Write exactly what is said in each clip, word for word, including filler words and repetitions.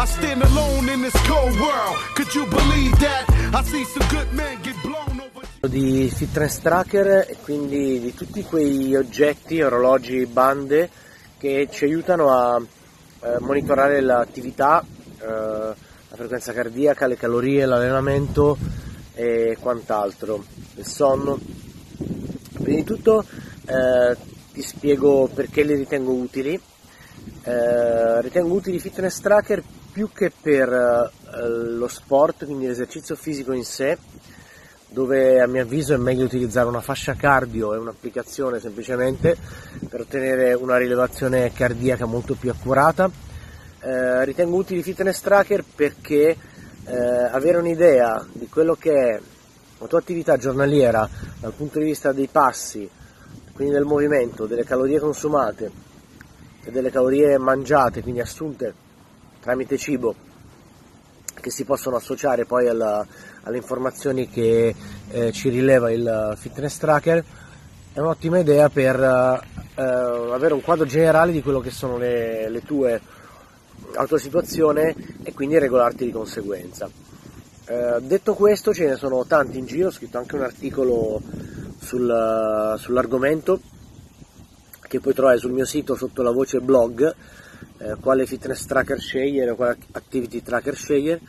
stand alone in this cold world. Could you believe that? I see some good men get blown over. Di fitness tracker e quindi di tutti quei oggetti, orologi, bande che ci aiutano a eh, monitorare l'attività, eh, la frequenza cardiaca, le calorie, l'allenamento e quant'altro, il sonno. Prima di tutto eh, ti spiego perché li ritengo utili. Eh, ritengo utili i fitness tracker più che per eh, lo sport, quindi l'esercizio fisico in sé, dove a mio avviso è meglio utilizzare una fascia cardio e un'applicazione semplicemente per ottenere una rilevazione cardiaca molto più accurata. Eh, ritengo utili i fitness tracker perché eh, avere un'idea di quello che è la tua attività giornaliera dal punto di vista dei passi, quindi del movimento, delle calorie consumate e delle calorie mangiate, quindi assunte tramite cibo, che si possono associare poi alla, alle informazioni che eh, ci rileva il fitness tracker, è un'ottima idea per eh, avere un quadro generale di quello che sono le, le tue, la tua situazione e quindi regolarti di conseguenza. Eh, detto questo, ce ne sono tanti in giro, ho scritto anche un articolo sul, sull'argomento che puoi trovare sul mio sito sotto la voce blog, eh, quale fitness tracker scegliere, quale activity tracker scegliere.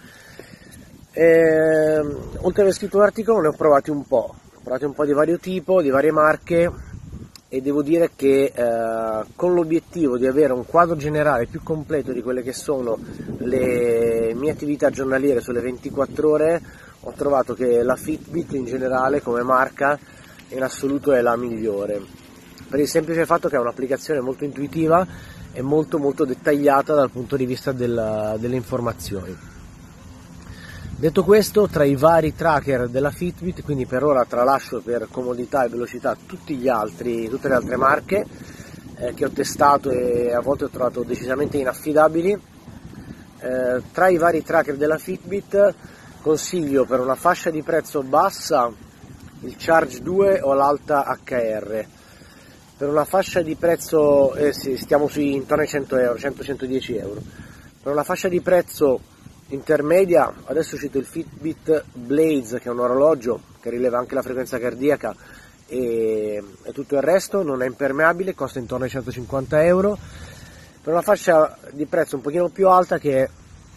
E, oltre ad aver scritto un articolo, ne ho provati un po', ho provati un po' di vario tipo, di varie marche, e devo dire che eh, con l'obiettivo di avere un quadro generale più completo di quelle che sono le mie attività giornaliere sulle ventiquattro ore, ho trovato che la Fitbit in generale come marca in assoluto è la migliore, per il semplice fatto che è un'applicazione molto intuitiva e molto molto dettagliata dal punto di vista della, delle informazioni. Detto questo, tra i vari tracker della Fitbit, quindi per ora tralascio per comodità e velocità tutti gli altri, tutte le altre marche eh, che ho testato e a volte ho trovato decisamente inaffidabili, eh, tra i vari tracker della Fitbit consiglio per una fascia di prezzo bassa il Charge due o l'Alta H R. Per una fascia di prezzo, eh sì, stiamo sui intorno ai cento euro, cento centodieci euro. Per una fascia di prezzo intermedia, adesso è uscito il Fitbit Blaze, che è un orologio che rileva anche la frequenza cardiaca e, e tutto il resto, non è impermeabile, costa intorno ai centocinquanta euro. Per una fascia di prezzo un pochino più alta, che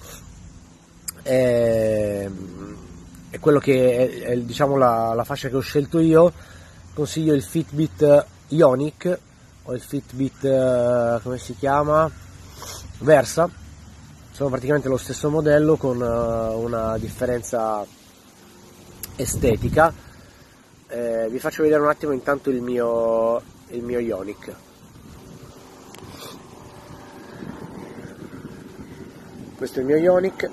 è, è quello che è, è diciamo la, la fascia che ho scelto io, consiglio il Fitbit Ionic o il Fitbit uh, come si chiama? Versa. Sono praticamente lo stesso modello con uh, una differenza estetica. Eh, vi faccio vedere un attimo intanto il mio, il mio Ionic. Questo è il mio Ionic.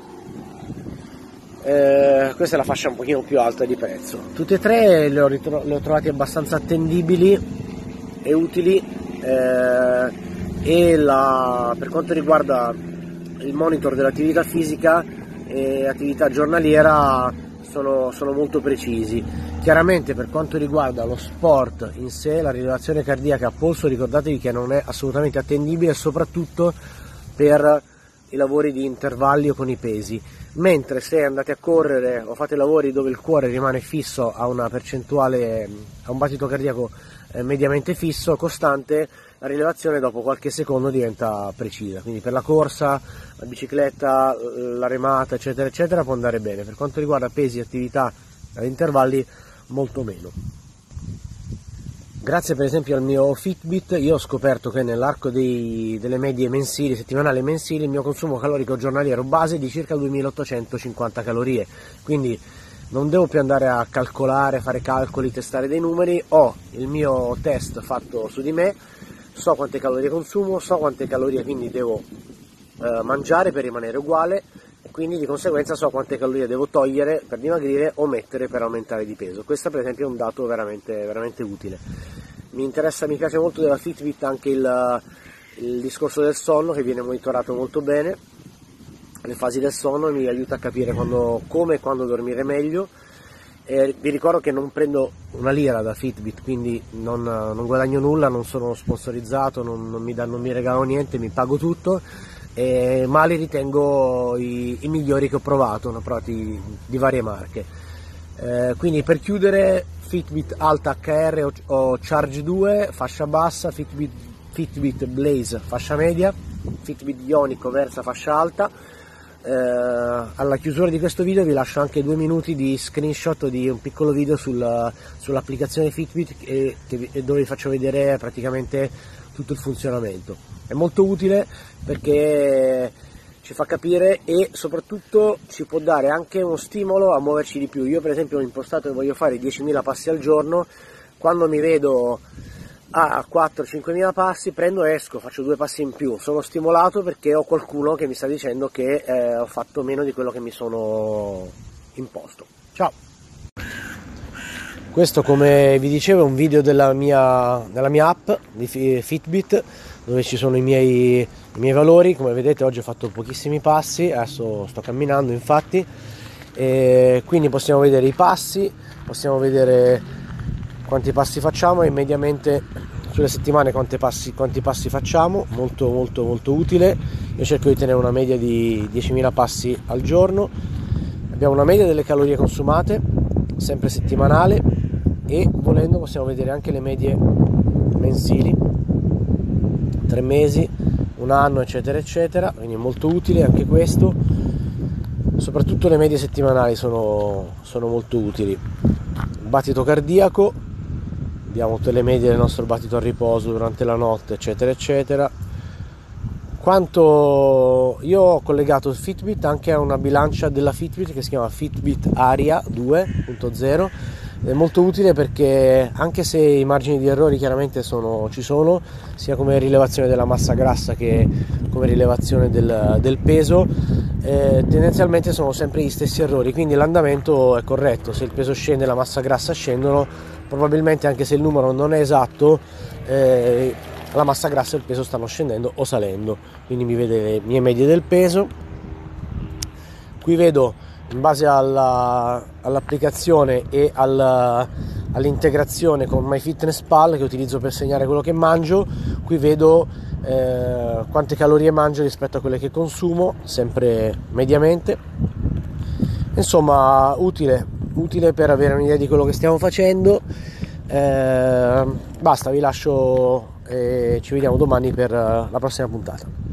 Eh, questa è la fascia un pochino più alta di prezzo. Tutte e tre le ho, ritro- le ho trovate abbastanza attendibili e utili, eh, e la, per quanto riguarda il monitor dell'attività fisica e attività giornaliera sono, sono molto precisi. Chiaramente per quanto riguarda lo sport in sé, la rilevazione cardiaca a polso, ricordatevi che non è assolutamente attendibile, soprattutto per i lavori di intervalli o con i pesi, mentre se andate a correre o fate lavori dove il cuore rimane fisso a una percentuale, a un battito cardiaco eh, mediamente fisso, costante, la rilevazione dopo qualche secondo diventa precisa, quindi per la corsa, la bicicletta, la remata eccetera eccetera può andare bene. Per quanto riguarda pesi e attività ad intervalli molto meno. Grazie per esempio al mio Fitbit io ho scoperto che nell'arco dei, delle medie mensili, settimanali e mensili, il mio consumo calorico giornaliero base è di circa duemilaottocentocinquanta calorie, quindi non devo più andare a calcolare, fare calcoli, testare dei numeri, ho il mio test fatto su di me, so quante calorie consumo, so quante calorie quindi devo eh, mangiare per rimanere uguale, e quindi di conseguenza so quante calorie devo togliere per dimagrire o mettere per aumentare di peso. Questo per esempio è un dato veramente, veramente utile. Mi interessa, mi piace molto della Fitbit anche il, il discorso del sonno, che viene monitorato molto bene, le fasi del sonno, mi aiuta a capire quando, come e quando dormire meglio. E vi ricordo che non prendo una lira da Fitbit, quindi non, non guadagno nulla, non sono sponsorizzato, non, non, mi da, non mi regalo niente, mi pago tutto. e, ma li ritengo i, i migliori che ho provato, ne ho provati di varie marche. Eh, quindi per chiudere, Fitbit Alta H R o, o Charge due fascia bassa, Fitbit, Fitbit Blaze fascia media, Fitbit Ionico Versa fascia alta. Eh, alla chiusura di questo video vi lascio anche due minuti di screenshot di un piccolo video sul, sull'applicazione Fitbit e, che, dove vi faccio vedere praticamente tutto il funzionamento. È molto utile perché ci fa capire e soprattutto ci può dare anche uno stimolo a muoverci di più. Io per esempio ho impostato che voglio fare diecimila passi al giorno, quando mi vedo a quattro cinquemila passi prendo, esco, faccio due passi in più, sono stimolato perché ho qualcuno che mi sta dicendo che eh, ho fatto meno di quello che mi sono imposto. Ciao! Questo, come vi dicevo, è un video della mia, della mia app di Fitbit, dove ci sono i miei, i miei valori. Come vedete oggi ho fatto pochissimi passi, adesso sto camminando infatti, e quindi possiamo vedere i passi, possiamo vedere quanti passi facciamo e mediamente sulle settimane quanti passi, quanti passi facciamo. Molto molto molto utile. Io cerco di tenere una media di diecimila passi al giorno. Abbiamo una media delle calorie consumate sempre settimanale e volendo possiamo vedere anche le medie mensili, tre mesi, un anno, eccetera eccetera, quindi è molto utile anche questo. Soprattutto le medie settimanali sono, sono molto utili. Battito cardiaco, abbiamo tutte le medie del nostro battito a riposo durante la notte, eccetera eccetera. Quanto io ho collegato il Fitbit anche a una bilancia della Fitbit che si chiama Fitbit Aria due punto zero. È molto utile perché anche se i margini di errore chiaramente sono, ci sono, sia come rilevazione della massa grassa che come rilevazione del, del peso, eh, tendenzialmente sono sempre gli stessi errori, quindi l'andamento è corretto. Se il peso scende e la massa grassa scendono, probabilmente anche se il numero non è esatto, eh, la massa grassa e il peso stanno scendendo o salendo. Quindi mi vede le mie medie del peso. Qui vedo, in base alla, all'applicazione e alla, all'integrazione con MyFitnessPal che utilizzo per segnare quello che mangio, qui vedo eh, quante calorie mangio rispetto a quelle che consumo, sempre mediamente. Insomma, utile, utile per avere un'idea di quello che stiamo facendo. Eh, basta, vi lascio e ci vediamo domani per la prossima puntata.